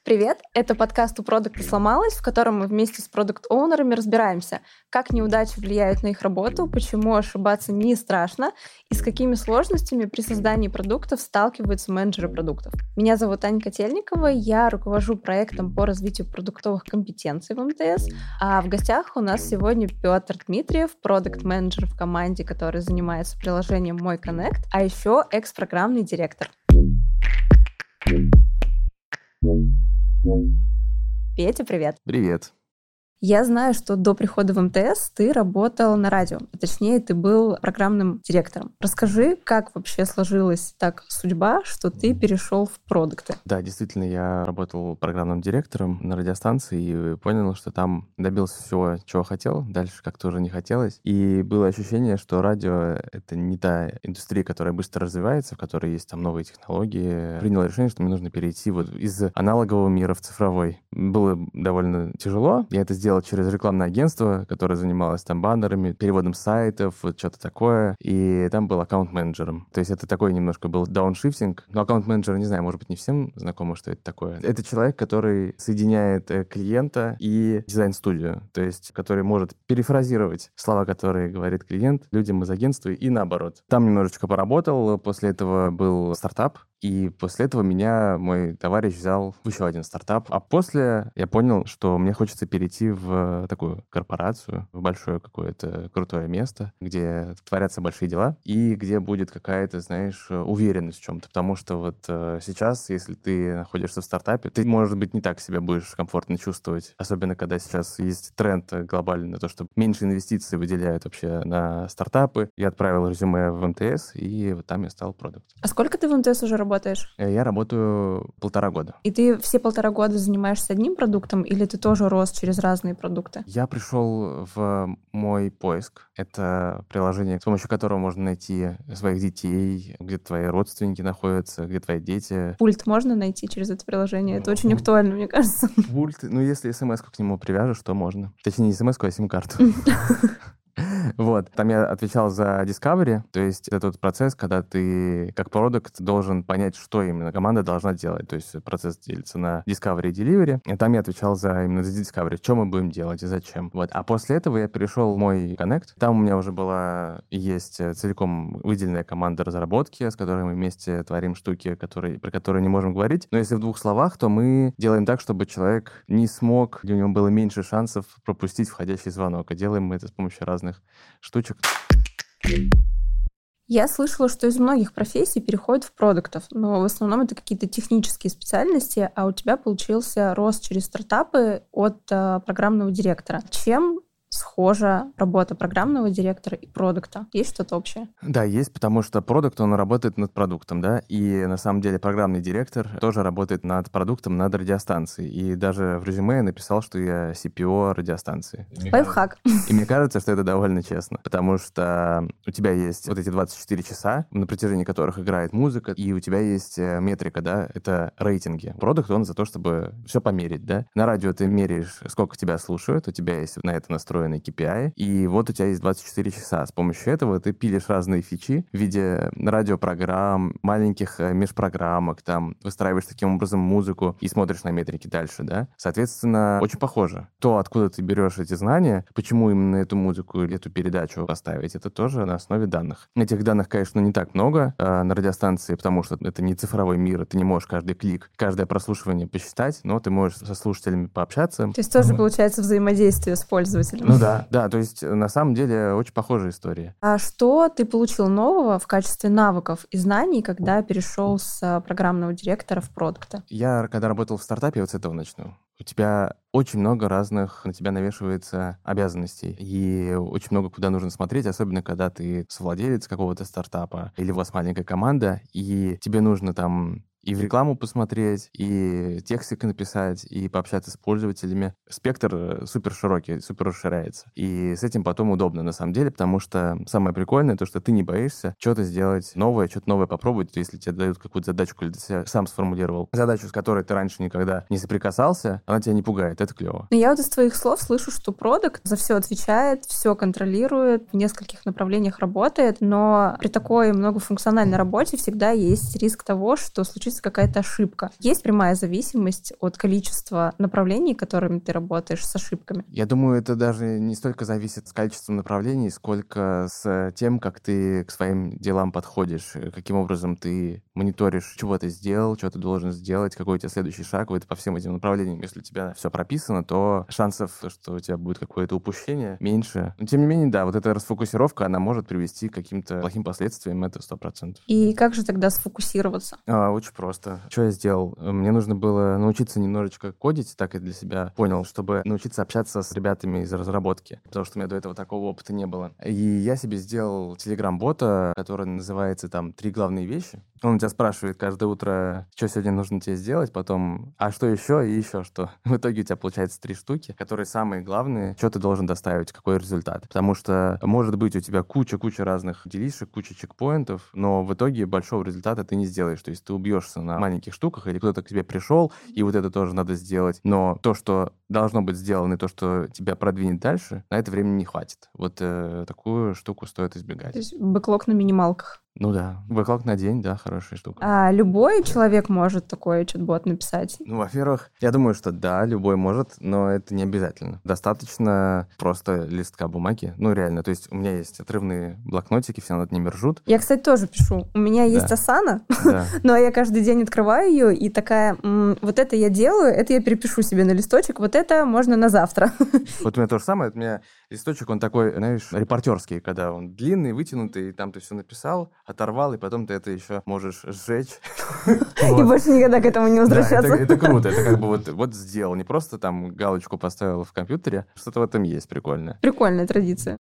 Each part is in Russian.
Привет! Это подкаст «У продукта сломалось», в котором мы вместе с продукт-оунерами разбираемся, как неудачи влияют на их работу, почему ошибаться не страшно и с какими сложностями при создании продуктов сталкиваются менеджеры продуктов. Меня зовут Аня Котельникова, я руковожу проектом по развитию продуктовых компетенций в МТС, а в гостях у нас сегодня Петр Дмитриев, продукт-менеджер в команде, который занимается приложением Мой Коннект, а еще экс-программный директор. Петя, привет. Привет. Я знаю, что до прихода в МТС ты работал на радио, точнее, ты был программным директором. Расскажи, как вообще сложилась так судьба, что ты перешел в продукты? Да, действительно, я работал программным директором на радиостанции и понял, что там добился всего, чего хотел, дальше как-то уже не хотелось. И было ощущение, что радио — это не та индустрия, которая быстро развивается, в которой есть там новые технологии. Принял решение, что мне нужно перейти вот из аналогового мира в цифровой. Было довольно тяжело. Я это сделал через рекламное агентство, которое занималось там баннерами, переводом сайтов, вот что-то такое. И там был аккаунт-менеджером. То есть это такой немножко был дауншифтинг. Но аккаунт-менеджер, не знаю, может быть, не всем знакомо, что это такое. Это человек, который соединяет клиента и дизайн-студию. То есть который может перефразировать слова, которые говорит клиент, людям из агентства и наоборот. Там немножечко поработал. После этого был стартап. И после этого меня мой товарищ взял в еще один стартап. А после я понял, что мне хочется перейти в такую корпорацию, в большое какое-то крутое место, где творятся большие дела и где будет какая-то, знаешь, уверенность в чем-то. Потому что вот сейчас, если ты находишься в стартапе, ты, может быть, не так себя будешь комфортно чувствовать. Особенно, когда сейчас есть тренд глобальный на то, что меньше инвестиций выделяют вообще на стартапы. Я отправил резюме в МТС, и вот там я стал продукт. А сколько ты в МТС уже работаешь? Я работаю 1,5 года. И ты все 1,5 года занимаешься одним продуктом, или ты тоже рос через разные продукты? Я пришел в Мой Поиск. Это приложение, с помощью которого можно найти своих детей, где твои родственники находятся, где твои дети. Пульт можно найти через это приложение? Это очень актуально, мне кажется. Пульт? Ну, если смс-ку к нему привяжешь, то можно. Точнее, не смс-ку, а сим-карту. Вот, там я отвечал за Discovery, то есть это тот процесс, когда ты как продукт должен понять, что именно команда должна делать. То есть процесс делится на Discovery и Delivery, и там я отвечал именно за Discovery, что мы будем делать и зачем. Вот. А после этого я перешел в Мой Коннект. Там у меня уже есть целиком выделенная команда разработки, с которой мы вместе творим штуки, про которые не можем говорить. Но если в 2 словах, то мы делаем так, чтобы человек не смог, у него было меньше шансов пропустить входящий звонок. И делаем мы это с помощью разных штучек. Я слышала, что из многих профессий переходят в продуктов, но в основном это какие-то технические специальности, а у тебя получился рост через стартапы от программного директора. Чем схожа работа программного директора и продукта? Есть что-то общее? Да, есть, потому что продукт, он работает над продуктом, да, и на самом деле программный директор тоже работает над продуктом, над радиостанцией. И даже в резюме я написал, что я CPO радиостанции. Лайфхак. И мне кажется, что это довольно честно, потому что у тебя есть вот эти 24 часа, на протяжении которых играет музыка, и у тебя есть метрика, да, это рейтинги. Продукт, он за то, чтобы все померить, да. На радио ты меряешь, сколько тебя слушают, у тебя есть на это настроенный KPI, и вот у тебя есть 24 часа. С помощью этого ты пилишь разные фичи в виде радиопрограмм, маленьких межпрограммок, там, выстраиваешь таким образом музыку и смотришь на метрики дальше, да. Соответственно, очень похоже. То, откуда ты берешь эти знания, почему именно эту музыку или эту передачу поставить, это тоже на основе данных. Этих данных, конечно, не так много на радиостанции, потому что это не цифровой мир, ты не можешь каждый клик, каждое прослушивание посчитать, но ты можешь со слушателями пообщаться. То есть тоже получается взаимодействие с пользователем. Ну да, то есть на самом деле очень похожая история. А что ты получил нового в качестве навыков и знаний, когда перешел с программного директора в продукта? Я, когда работал в стартапе, вот с этого начну. У тебя очень много разных, на тебя навешивается обязанностей, и очень много куда нужно смотреть, особенно когда ты совладелец какого-то стартапа, или у вас маленькая команда, и тебе нужно там и в рекламу посмотреть, и текстик написать, и пообщаться с пользователями. Спектр супер широкий, супер расширяется. И с этим потом удобно, на самом деле, потому что самое прикольное, то, что ты не боишься что-то сделать новое, что-то новое попробовать. Если тебе дают какую-то задачку, или ты себя сам сформулировал задачу, с которой ты раньше никогда не соприкасался, она тебя не пугает, это клево. Я вот из твоих слов слышу, что продакт за все отвечает, все контролирует, в нескольких направлениях работает, но при такой многофункциональной работе всегда есть риск того, что случится случится какая-то ошибка. Есть прямая зависимость от количества направлений, которыми ты работаешь, с ошибками? Я думаю, это даже не столько зависит с количеством направлений, сколько с тем, как ты к своим делам подходишь, каким образом ты мониторишь, чего ты сделал, что ты должен сделать, какой у тебя следующий шаг, вот по всем этим направлениям. Если у тебя все прописано, то шансов, что у тебя будет какое-то упущение, меньше. Но тем не менее, да, вот эта расфокусировка, она может привести к каким-то плохим последствиям, это 100%. И как же тогда сфокусироваться? Очень просто. Что я сделал? Мне нужно было научиться немножечко кодить, так и для себя понял, чтобы научиться общаться с ребятами из разработки, потому что у меня до этого такого опыта не было. И я себе сделал телеграм-бота, который называется там «Три главные вещи». Он у тебя спрашивает каждое утро, что сегодня нужно тебе сделать, потом, а что еще и еще что. В итоге у тебя получается 3 штуки, которые самые главные, что ты должен доставить, какой результат. Потому что может быть у тебя куча разных делишек, куча чекпоинтов, но в итоге большого результата ты не сделаешь. То есть ты убьешься на маленьких штуках, или кто-то к тебе пришел, и вот это тоже надо сделать. Но то, что должно быть сделано, и то, что тебя продвинет дальше, на это времени не хватит. Вот такую штуку стоит избегать. То есть бэклог на минималках. Ну да, бэклог на день, да, хорошая штука. А любой человек может такой чат-бот написать? Ну, во-первых, я думаю, что да, любой может, но это не обязательно. Достаточно просто листка бумаги. Ну, реально, то есть у меня есть отрывные блокнотики, все над ними ржут. Я, кстати, тоже пишу. У меня есть Asana, но я каждый день открываю ее и такая, вот это я делаю, это я перепишу себе на листочек, вот это можно на завтра. Вот у меня то же самое, у меня листочек, он такой, знаешь, репортерский, когда он длинный, вытянутый, и там ты все написал, оторвал, и потом ты это еще можешь сжечь. И больше никогда к этому не возвращаться. Это круто, это как бы вот сделал, не просто там галочку поставил в компьютере, что-то в этом есть прикольное. Прикольная традиция.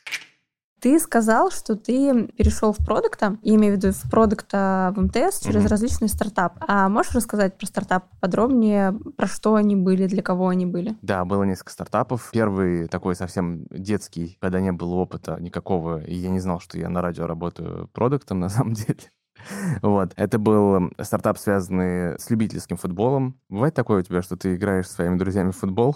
Ты сказал, что ты перешел в продукта, я имею в виду в продукта в МТС через различные стартапы. А можешь рассказать про стартап подробнее, про что они были, для кого они были? Да, было несколько стартапов. Первый такой совсем детский, когда не было опыта никакого, и я не знал, что я на радио работаю продуктом на самом деле. Вот. Это был стартап, связанный с любительским футболом. Бывает такое у тебя, что ты играешь со своими друзьями в футбол?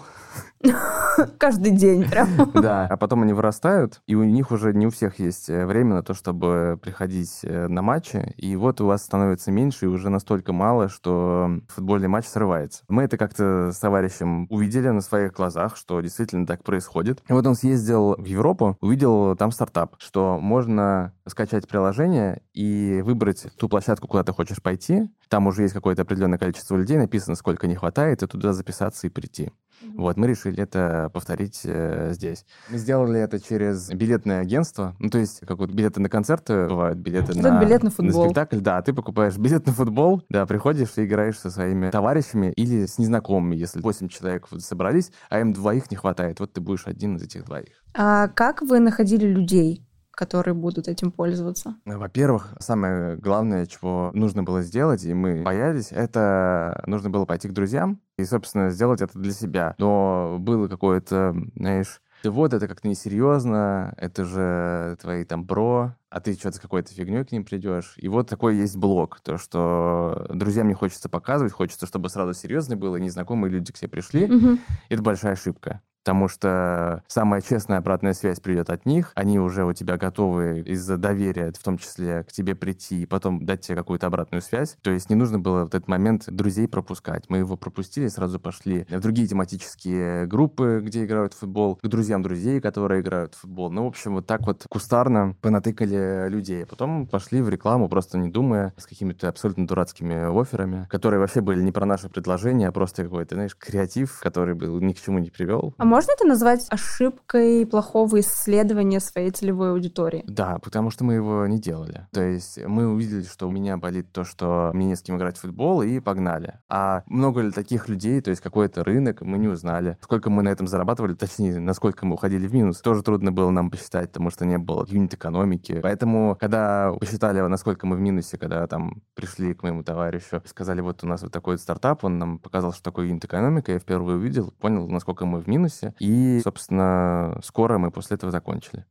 Каждый день прям. Да, а потом они вырастают, и у них уже не у всех есть время на то, чтобы приходить на матчи, и вот у вас становится меньше, и уже настолько мало, что футбольный матч срывается. Мы это как-то с товарищем увидели на своих глазах, что действительно так происходит. И вот он съездил в Европу, увидел там стартап, что можно скачать приложение и выбрать ту площадку, куда ты хочешь пойти. Там уже есть какое-то определенное количество людей, написано, сколько не хватает, и туда записаться и прийти. Вот, мы решили это повторить здесь. Мы сделали это через билетное агентство. Ну, то есть, как вот билеты на концерты бывают, билеты билет на футбол. На спектакль. Да, ты покупаешь билет на футбол, да, приходишь и играешь со своими товарищами или с незнакомыми, если 8 человек собрались, а им двоих не хватает. Вот ты будешь один из этих двоих. А как вы находили людей, которые будут этим пользоваться? Во-первых, самое главное, чего нужно было сделать, и мы боялись, это нужно было пойти к друзьям и, собственно, сделать это для себя. Но было какое-то, знаешь, вот это как-то несерьезно, это же твои там бро, а ты что-то с какой-то фигней к ним придешь. И вот такой есть блок, то, что друзьям не хочется показывать, хочется, чтобы сразу серьезно было, и незнакомые люди к тебе пришли. Это большая ошибка. Потому что самая честная обратная связь придет от них, они уже у тебя готовы из-за доверия, в том числе, к тебе прийти и потом дать тебе какую-то обратную связь. То есть не нужно было в этот момент друзей пропускать. Мы его пропустили, сразу пошли в другие тематические группы, где играют в футбол, к друзьям друзей, которые играют в футбол. Ну, в общем, вот так вот кустарно понатыкали людей. Потом пошли в рекламу, просто не думая, с какими-то абсолютно дурацкими офферами, которые вообще были не про наше предложение, а просто какой-то, знаешь, креатив, который был ни к чему не привел. Можно это назвать ошибкой плохого исследования своей целевой аудитории? Да, потому что мы его не делали. То есть мы увидели, что у меня болит то, что мне не с кем играть в футбол, и погнали. А много ли таких людей, то есть какой-то рынок, мы не узнали. Сколько мы на этом зарабатывали, точнее, насколько мы уходили в минус, тоже трудно было нам посчитать, потому что не было юнит-экономики. Поэтому, когда посчитали, насколько мы в минусе, когда там пришли к моему товарищу, сказали, вот у нас вот такой стартап, он нам показал, что такое юнит-экономика, я впервые увидел, понял, насколько мы в минусе. И, собственно, скоро мы после этого закончили.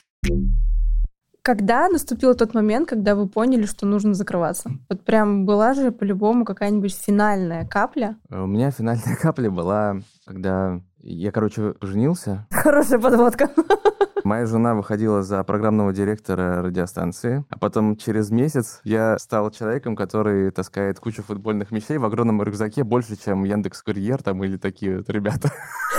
Когда наступил тот момент, когда вы поняли, что нужно закрываться? Вот прям была же по-любому какая-нибудь финальная капля? У меня финальная капля была, когда я, поженился. Хорошая подводка. Моя жена выходила за программного директора радиостанции, а потом через месяц я стал человеком, который таскает кучу футбольных мячей в огромном рюкзаке больше, чем Яндекс.Курьер там или такие вот ребята.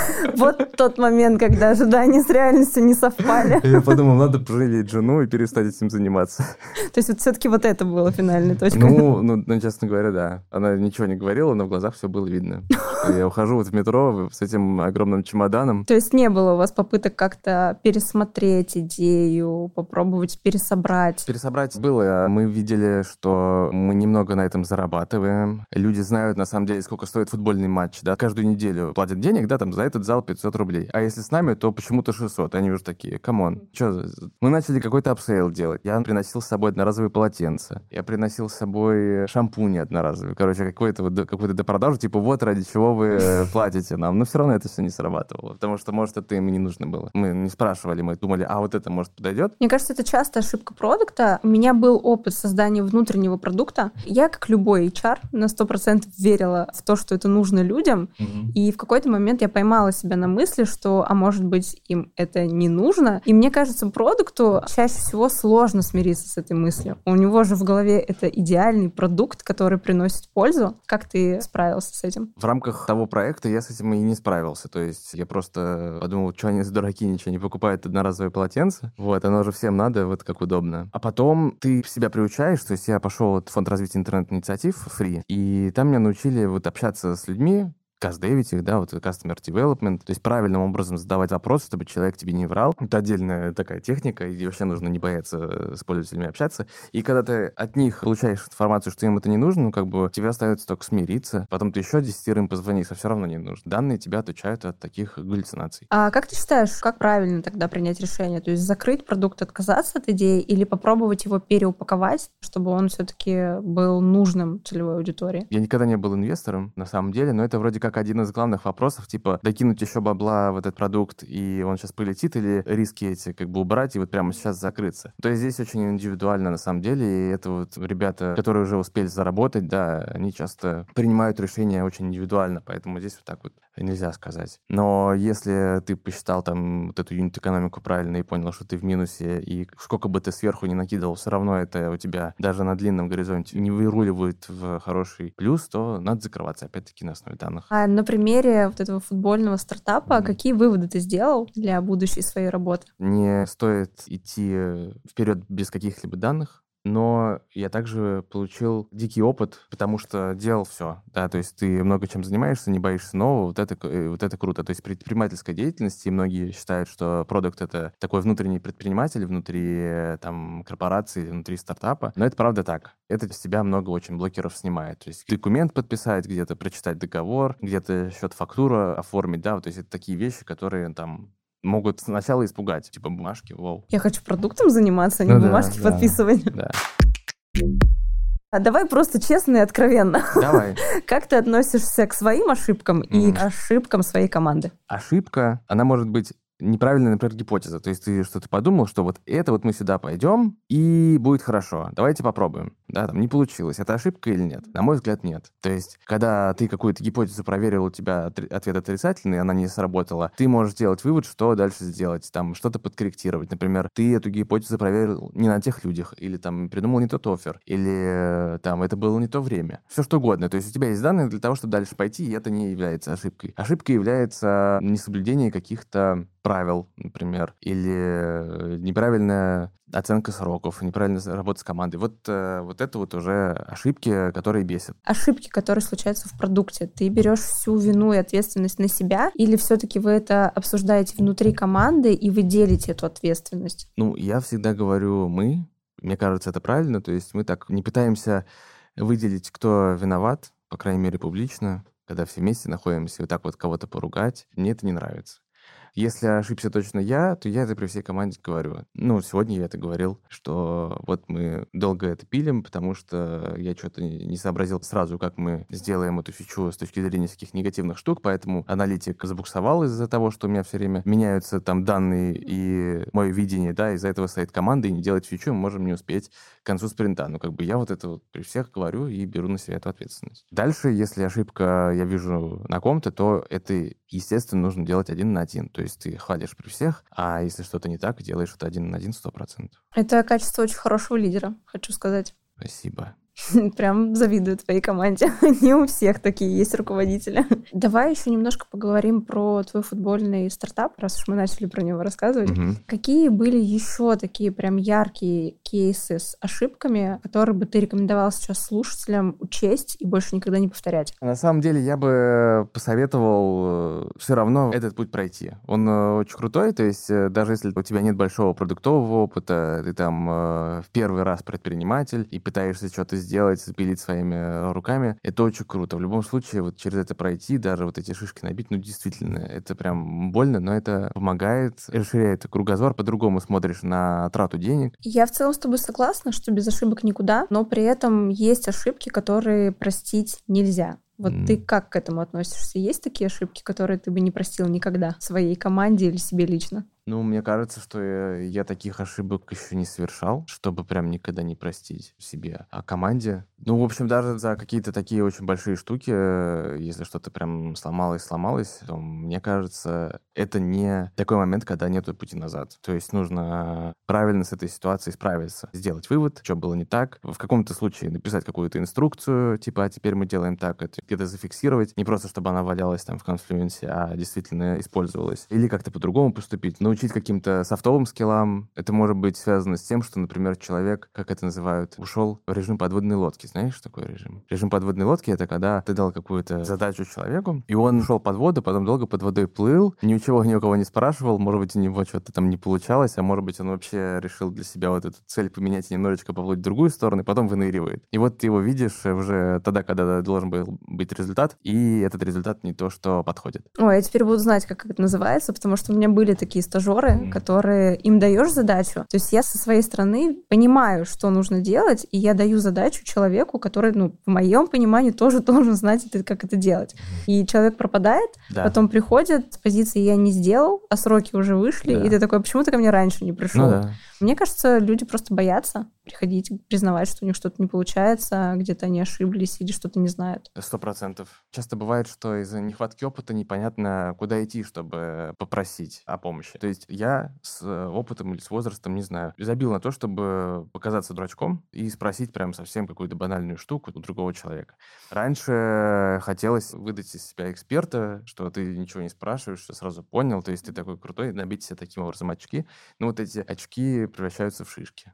Вот тот момент, когда ожидания с реальностью не совпали. Я подумал, надо пожалеть жену и перестать этим заниматься. То есть вот все-таки вот это было финальной точкой? Ну, честно говоря, да. Она ничего не говорила, но в глазах все было видно. Я ухожу вот в метро с этим огромным чемоданом. То есть не было у вас попыток как-то пересмотреть идею, попробовать пересобрать? Пересобрать было. Мы видели, что мы немного на этом зарабатываем. Люди знают, на самом деле, сколько стоит футбольный матч, да. Каждую неделю платят денег, да, там, за этот зал 500 рублей. А если с нами, то почему-то 600. Они уже такие, камон, что? Мы начали какой-то апсейл делать. Я приносил с собой одноразовые полотенца. Я приносил с собой шампуни одноразовые. Короче, какую-то допродажу, типа, вот ради чего вы платите нам. Но все равно это все не срабатывало. Потому что, может, это им и не нужно было. Мы не спрашивали, мы думали, а вот это, может, подойдет? Мне кажется, это часто ошибка продукта. У меня был опыт создания внутреннего продукта. Я, как любой HR, на 100% верила в то, что это нужно людям. И в какой-то момент я поймала себя на мысли, что, а может быть, им это не нужно. И мне кажется, продукту чаще всего сложно смириться с этой мыслью. У него же в голове это идеальный продукт, который приносит пользу. Как ты справился с этим? В рамках того проекта я с этим и не справился. То есть я просто подумал, что они за дураки, ничего не покупают одноразовое полотенце. Вот, оно же всем надо, вот как удобно. А потом ты себя приучаешь, то есть я пошел в фонд развития интернет-инициатив Free, и там меня научили вот общаться с людьми, CastDevить их, да, вот Customer Development, то есть правильным образом задавать вопросы, чтобы человек тебе не врал. Это отдельная такая техника, и вообще нужно не бояться с пользователями общаться. И когда ты от них получаешь информацию, что им это не нужно, ну, как бы тебе остается только смириться. Потом ты еще 10 позвонишь, а все равно не нужно. Данные тебя отучают от таких галлюцинаций. А как ты считаешь, как правильно тогда принять решение? То есть закрыть продукт, отказаться от идеи или попробовать его переупаковать, чтобы он все-таки был нужным целевой аудитории? Я никогда не был инвестором, на самом деле, но это вроде как один из главных вопросов, типа, докинуть еще бабла в этот продукт, и он сейчас полетит, или риски эти как бы убрать и вот прямо сейчас закрыться. То есть здесь очень индивидуально на самом деле, и это вот ребята, которые уже успели заработать, да, они часто принимают решения очень индивидуально, поэтому здесь вот так вот нельзя сказать. Но если ты посчитал там вот эту юнит-экономику правильно и понял, что ты в минусе, и сколько бы ты сверху не накидывал, все равно это у тебя даже на длинном горизонте не выруливает в хороший плюс, то надо закрываться, опять-таки, на основе данных. А на примере вот этого футбольного стартапа какие выводы ты сделал для будущей своей работы? Не стоит идти вперед без каких-либо данных, но я также получил дикий опыт, потому что делал все, да, то есть ты много чем занимаешься, не боишься нового, вот это круто. То есть предпринимательская деятельность, и многие считают, что продукт — это такой внутренний предприниматель внутри там корпорации, внутри стартапа, но это правда так. Это с тебя много очень блокеров снимает. То есть документ подписать, где-то прочитать договор, где-то счет-фактуру оформить, да, вот, то есть это такие вещи, которые там могут сначала испугать, типа бумажки, вау. Я хочу продуктом заниматься, а не бумажки подписывать. Да. А давай просто честно и откровенно. Давай. Как ты относишься к своим ошибкам и к ошибкам своей команды? Ошибка, она может быть неправильная, например, гипотеза. То есть ты что-то подумал, что вот это вот мы сюда пойдем, и будет хорошо. Давайте попробуем. Да, там не получилось. Это ошибка или нет? На мой взгляд, нет. То есть, когда ты какую-то гипотезу проверил, у тебя ответ отрицательный, она не сработала, ты можешь сделать вывод, что дальше сделать, там, что-то подкорректировать. Например, ты эту гипотезу проверил не на тех людях, или там придумал не тот оффер, или там это было не то время. Все что угодно. То есть у тебя есть данные для того, чтобы дальше пойти, и это не является ошибкой. Ошибкой является несоблюдение каких-то правил, например, или неправильная оценка сроков, неправильная работа с командой. Вот это вот уже ошибки, которые бесят. Ошибки, которые случаются в продукте. Ты берешь всю вину и ответственность на себя, или все-таки вы это обсуждаете внутри команды и вы делите эту ответственность? Ну, я всегда говорю «мы». Мне кажется, это правильно. То есть мы так не пытаемся выделить, кто виноват, по крайней мере, публично, когда все вместе находимся, и вот так вот кого-то поругать. Мне это не нравится. Если ошибся точно я, то я это при всей команде говорю. Ну, сегодня я это говорил, что вот мы долго это пилим, потому что я что-то не сообразил сразу, как мы сделаем эту фичу с точки зрения всяких негативных штук, поэтому аналитик забуксовал из-за того, что у меня все время меняются там данные и мое видение, да, из-за этого стоит команда, и не делать фичу мы можем не успеть к концу спринта. Ну, как бы я вот это вот при всех говорю и беру на себя эту ответственность. Дальше, если ошибка я вижу на ком-то, то это, естественно, нужно делать один на один. То есть есть ты хвалишь при всех, а если что-то не так, делаешь это 1 на 1 100%. Это качество очень хорошего лидера, хочу сказать. Спасибо. Прям завидую твоей команде. Не у всех такие есть руководители. Давай еще немножко поговорим про твой футбольный стартап, раз уж мы начали про него рассказывать. Какие были еще такие прям яркие кейсы с ошибками, которые бы ты рекомендовал сейчас слушателям учесть и больше никогда не повторять? На самом деле я бы посоветовал все равно этот путь пройти. Он очень крутой, то есть даже если у тебя нет большого продуктового опыта, ты там в первый раз предприниматель и пытаешься что-то сделать, запилить своими руками, это очень круто. В любом случае, вот через это пройти, даже вот эти шишки набить, ну, действительно, это прям больно, но это помогает, расширяет кругозор, по-другому смотришь на трату денег. Я в целом с тобой согласна, что без ошибок никуда, но при этом есть ошибки, которые простить нельзя. Вот ты как к этому относишься? Есть такие ошибки, которые ты бы не простил никогда своей команде или себе лично? Ну, мне кажется, что я таких ошибок еще не совершал, чтобы прям никогда не простить себе. А команде? Ну, в общем, даже за какие-то такие очень большие штуки, если что-то прям сломалось, то, мне кажется, это не такой момент, когда нету пути назад. То есть нужно правильно с этой ситуацией справиться, сделать вывод, что было не так. В каком-то случае написать какую-то инструкцию, типа, а теперь мы делаем так, это где-то зафиксировать. Не просто, чтобы она валялась там в Confluence, а действительно использовалась. Или как-то по-другому поступить. Научить каким-то софтовым скиллам. Это может быть связано с тем, что, например, человек, как это называют, ушел в режим подводной лодки. Знаешь, что такое режим? Режим подводной лодки — это когда ты дал какую-то задачу человеку, и он ушел под воду, потом долго под водой плыл, ничего ни у кого не спрашивал, может быть, у него что-то там не получалось, а может быть, он вообще решил для себя вот эту цель поменять и немножечко поплыть в другую сторону, и потом выныривает. И вот ты его видишь уже тогда, когда должен был быть результат, и этот результат не то, что подходит. Ой, я теперь буду знать, как это называется, потому что у меня были такие стажеры, которые им даешь задачу. То есть я со своей стороны понимаю, что нужно делать, и я даю задачу человеку, который, ну, в моем понимании, тоже должен знать, как это делать. И человек пропадает, потом приходит с позиции «я не сделал», а сроки уже вышли, и ты такой: почему ты ко мне раньше не пришел? Ну, да. Мне кажется, люди просто боятся приходить, признавать, что у них что-то не получается, где-то они ошиблись или что-то не знают. 100%. Часто бывает, что из-за нехватки опыта непонятно, куда идти, чтобы попросить о помощи. То есть я с опытом или с возрастом, не знаю, забил на то, чтобы показаться дурачком и спросить прям совсем какую-то банальную штуку у другого человека. Раньше хотелось выдать из себя эксперта, что ты ничего не спрашиваешь, все сразу понял, то есть ты такой крутой, набить себе таким образом очки. Но вот эти очки превращаются в шишки.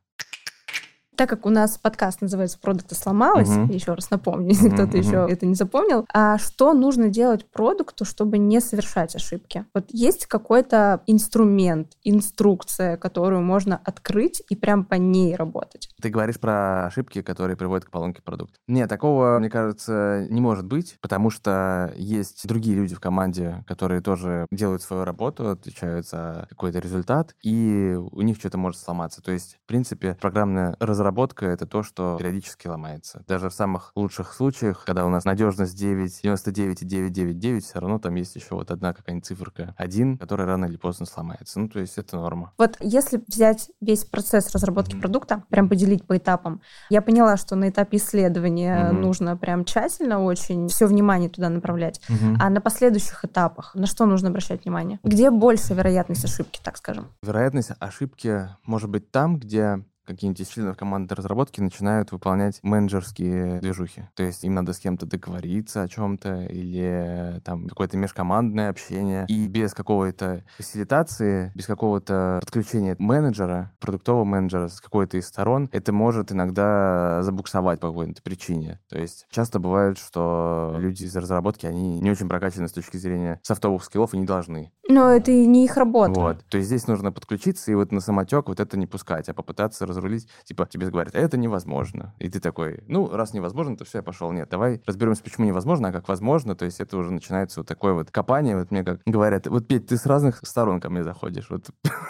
Так как у нас подкаст называется «Продукты сломалось», еще раз напомню, если кто-то еще это не запомнил, а что нужно делать продукту, чтобы не совершать ошибки? Вот есть какой-то инструмент, инструкция, которую можно открыть и прям по ней работать? Ты говоришь про ошибки, которые приводят к поломке продукта. Нет, такого, мне кажется, не может быть, потому что есть другие люди в команде, которые тоже делают свою работу, отвечают за какой-то результат, и у них что-то может сломаться. То есть, в принципе, программная разработка — это то, что периодически ломается. Даже в самых лучших случаях, когда у нас надежность 9, 99,999, все равно там есть еще вот одна какая-нибудь циферка 1, которая рано или поздно сломается. Ну, то есть это норма. Вот если взять весь процесс разработки продукта, прям поделить по этапам, я поняла, что на этапе исследования нужно прям тщательно очень все внимание туда направлять. А на последующих этапах на что нужно обращать внимание? Где больше вероятность ошибки, так скажем? Вероятность ошибки может быть там, где какие-нибудь из членов команды разработки начинают выполнять менеджерские движухи. То есть им надо с кем-то договориться о чем-то или там какое-то межкомандное общение. И без какой-то фасилитации, без какого-то подключения менеджера, продуктового менеджера с какой-то из сторон, это может иногда забуксовать по какой-то причине. То есть часто бывает, что люди из разработки, они не очень прокачаны с точки зрения софтовых скиллов и не должны. Но это и не их работа. Вот. То есть здесь нужно подключиться и вот на самотек вот это не пускать, а попытаться разрулить. Типа тебе говорят: это невозможно. И ты такой: ну, раз невозможно, то все, я пошел. Нет, давай разберемся, почему невозможно, а как возможно. То есть это уже начинается вот такое вот копание. Вот мне как говорят: вот, Петь, ты с разных сторон ко мне заходишь. Вот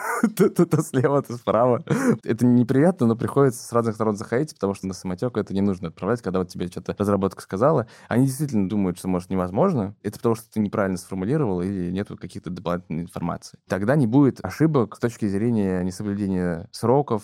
то слева, то справа. Это неприятно, но приходится с разных сторон заходить, потому что на самотек это не нужно отправлять, когда вот тебе что-то разработка сказала. Они действительно думают, что, может, невозможно. Это потому что ты неправильно сформулировал или нету каких-то дополнительной информации. Тогда не будет ошибок с точки зрения несоблюдения сроков или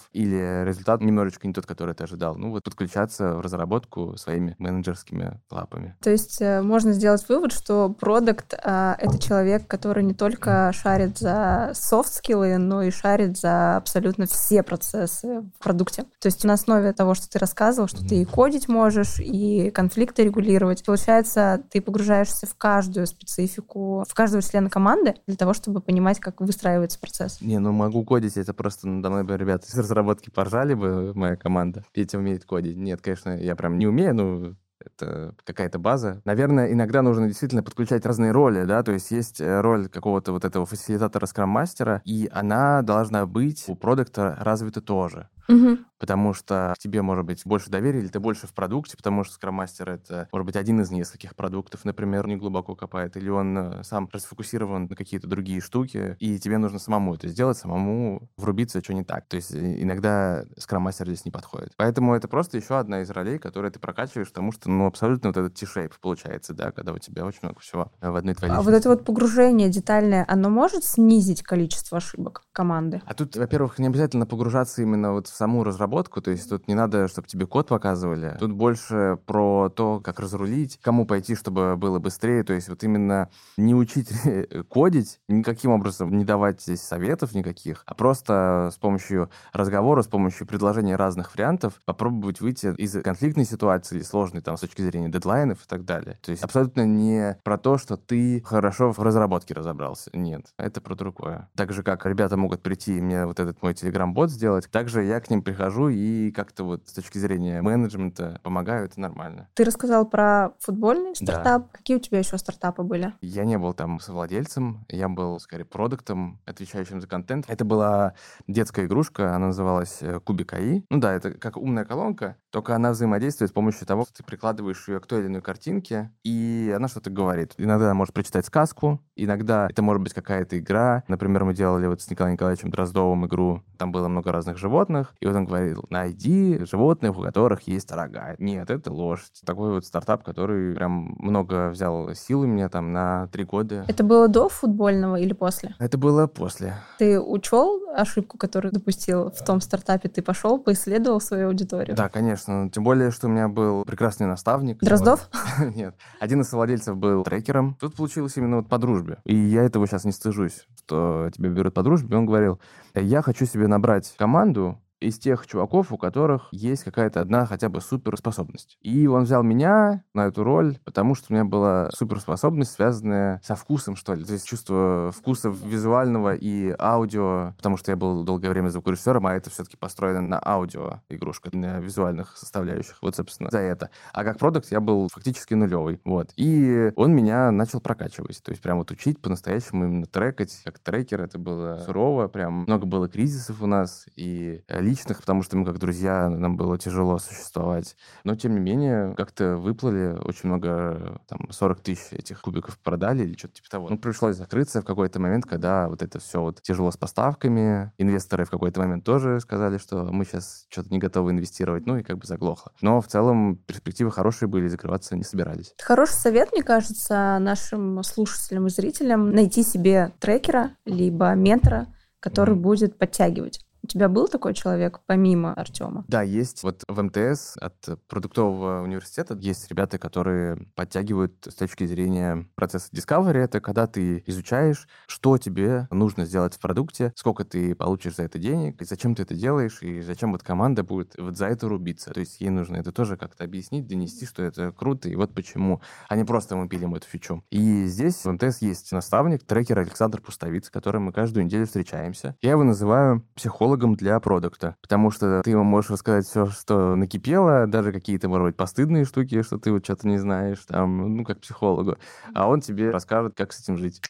результат немножечко не тот, который ты ожидал. Ну вот подключаться в разработку своими менеджерскими лапами. То есть можно сделать вывод, что продакт это человек, который не только шарит за софт-скиллы, но и шарит за абсолютно все процессы в продукте. То есть на основе того, что ты рассказывал, что ты и кодить можешь, и конфликты регулировать, получается, ты погружаешься в каждую специфику, в каждого члена команды для того, чтобы понимать, как выстраивается процесс. Не, ну могу кодить, это просто надо мной бы ребята из разработки поржали бы, моя команда. Петя умеет кодить. Нет, конечно, я прям не умею, но это какая-то база. Наверное, иногда нужно действительно подключать разные роли, да, то есть есть роль какого-то вот этого фасилитатора, скрам-мастера, и она должна быть у продукта развита тоже. Потому что к тебе может быть больше доверия, или ты больше в продукте, потому что скрам-мастер — это, может быть, один из нескольких продуктов, например, не глубоко копает, или он сам расфокусирован на какие-то другие штуки, и тебе нужно самому это сделать, самому врубиться, что не так. То есть иногда скрам-мастер здесь не подходит. Поэтому это просто еще одна из ролей, которую ты прокачиваешь, потому что, ну, абсолютно вот этот T-shape получается, да, когда у тебя очень много всего в одной твоей личности. А вот это вот погружение детальное, оно может снизить количество ошибок команды? А тут, во-первых, не обязательно погружаться именно вот в саму разработку, то есть тут не надо, чтобы тебе код показывали. Тут больше про то, как разрулить, кому пойти, чтобы было быстрее. То есть вот именно не учить кодить, никаким образом не давать здесь советов никаких, а просто с помощью разговора, с помощью предложения разных вариантов попробовать выйти из конфликтной ситуации или сложной там с точки зрения дедлайнов и так далее. То есть абсолютно не про то, что ты хорошо в разработке разобрался. Нет, это про другое. Так же, как ребята могут прийти и мне вот этот мой Telegram-бот сделать, также я к ним прихожу и как-то вот с точки зрения менеджмента помогаю, это нормально. Ты рассказал про футбольный стартап. Да. Какие у тебя еще стартапы были? Я не был там совладельцем, я был, скорее, продуктом, отвечающим за контент. Это была детская игрушка, она называлась Кубик АИ. Ну да, это как умная колонка, только она взаимодействует с помощью того, что ты прикладываешь ее к той или иной картинке, и она что-то говорит. Иногда она может прочитать сказку, иногда это может быть какая-то игра. Например, мы делали вот с Николаем Николаевичем Дроздовым игру, там было много разных животных, и вот он говорил: найди животных, у которых есть рога. Нет, это лошадь. Такой вот стартап, который прям много взял сил у меня там на 3 года. Это было до футбольного или после? Это было после. Ты учел ошибку, которую допустил в том стартапе? Ты пошел, поисследовал свою аудиторию? Да, конечно. Тем более, что у меня был прекрасный наставник. Дроздов? Нет. Один из совладельцев был трекером. Тут получилось именно вот по дружбе. И я этого сейчас не стыжусь, что тебя берут по дружбе. Он говорил: я хочу себе набрать команду из тех чуваков, у которых есть какая-то одна хотя бы суперспособность. И он взял меня на эту роль, потому что у меня была суперспособность, связанная со вкусом, что ли. То есть чувство вкуса визуального и аудио, потому что я был долгое время звукорежиссером, а это все-таки построено на аудио игрушка, на визуальных составляющих. Вот, собственно, за это. А как продукт я был фактически нулевый. Вот. И он меня начал прокачивать. То есть прям вот учить по-настоящему именно трекать, как трекер. Это было сурово, прям много было кризисов у нас и личных, потому что мы как друзья, нам было тяжело существовать. Но, тем не менее, как-то выплыли очень много, там, 40 тысяч этих кубиков продали или что-то типа того. Ну, пришлось закрыться в какой-то момент, когда вот это все вот тяжело с поставками. Инвесторы в какой-то момент тоже сказали, что мы сейчас что-то не готовы инвестировать, ну и как бы заглохло. Но в целом перспективы хорошие были, закрываться не собирались. Хороший совет, мне кажется, нашим слушателям и зрителям: найти себе трекера, либо ментора, который будет подтягивать. У тебя был такой человек, помимо Артема? Да, есть. Вот в МТС от продуктового университета есть ребята, которые подтягивают с точки зрения процесса discovery. Это когда ты изучаешь, что тебе нужно сделать в продукте, сколько ты получишь за это денег, и зачем ты это делаешь, и зачем вот команда будет вот за это рубиться. То есть ей нужно это тоже как-то объяснить, донести, что это круто, и вот почему. А не просто мы пилим эту фичу. И здесь в МТС есть наставник, трекер Александр Пустовиц, с которым мы каждую неделю встречаемся. Я его называю психологом для продукта, потому что ты ему можешь рассказать все, что накипело, даже какие-то, может быть, постыдные штуки, что ты вот что-то не знаешь, там, ну, как психологу, а он тебе расскажет, как с этим жить.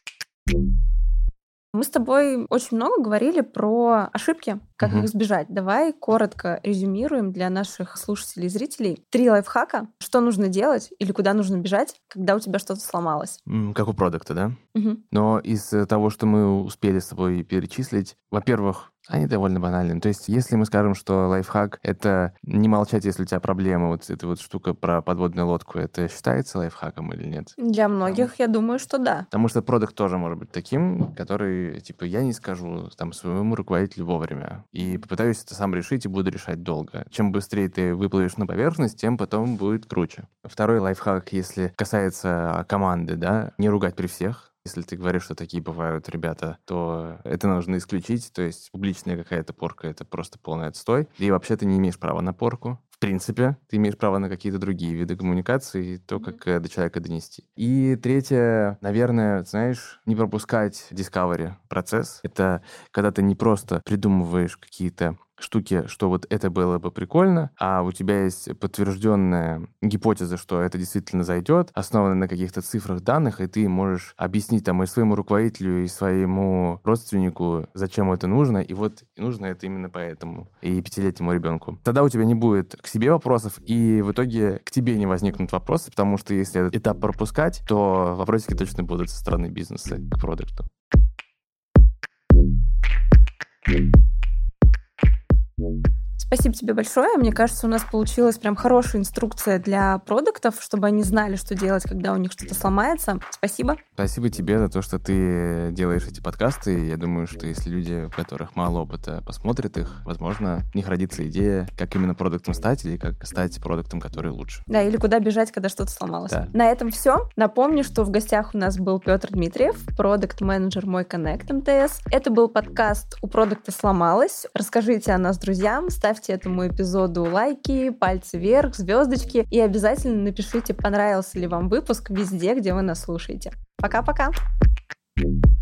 Мы с тобой очень много говорили про ошибки, как их избежать. Давай коротко резюмируем для наших слушателей и зрителей 3 лайфхака, что нужно делать или куда нужно бежать, когда у тебя что-то сломалось. Как у продукта, да? Но из того, что мы успели с тобой перечислить, во-первых, Они довольно банальны. То есть, если мы скажем, что лайфхак — это не молчать, если у тебя проблема, вот эта вот штука про подводную лодку, это считается лайфхаком или нет? Для многих, я думаю, что да. Потому что продакт тоже может быть таким, который, типа, я не скажу там своему руководителю вовремя. И попытаюсь это сам решить и буду решать долго. Чем быстрее ты выплывешь на поверхность, тем потом будет круче. Второй лайфхак, если касается команды, да, не ругать при всех. Если ты говоришь, что такие бывают ребята, то это нужно исключить. То есть публичная какая-то порка — это просто полный отстой. И вообще ты не имеешь права на порку. В принципе, ты имеешь право на какие-то другие виды коммуникации, то, как до человека донести. И третье, наверное, знаешь, не пропускать discovery процесс. Это когда ты не просто придумываешь какие-то штуки, что вот это было бы прикольно, а у тебя есть подтвержденная гипотеза, что это действительно зайдет, основанная на каких-то цифрах, данных, и ты можешь объяснить там и своему руководителю, и своему родственнику, зачем это нужно, и вот нужно это именно поэтому, и 5-летнему ребенку. Тогда у тебя не будет к себе вопросов, и в итоге к тебе не возникнут вопросы, потому что если этот этап пропускать, то вопросики точно будут со стороны бизнеса к продукту. Спасибо тебе большое. Мне кажется, у нас получилась прям хорошая инструкция для продуктов, чтобы они знали, что делать, когда у них что-то сломается. Спасибо. Спасибо тебе за то, что ты делаешь эти подкасты. Я думаю, что если люди, у которых мало опыта, посмотрят их, возможно, у них родится идея, как именно продуктом стать или как стать продуктом, который лучше. Да, или куда бежать, когда что-то сломалось. Да. На этом все. Напомню, что в гостях у нас был Петр Дмитриев, продакт-менеджер Мой Коннект МТС. Это был подкаст «У продукта сломалось». Расскажите о нас друзьям, ставьте этому эпизоду лайки, пальцы вверх, звездочки и обязательно напишите, понравился ли вам выпуск везде, где вы нас слушаете. Пока-пока!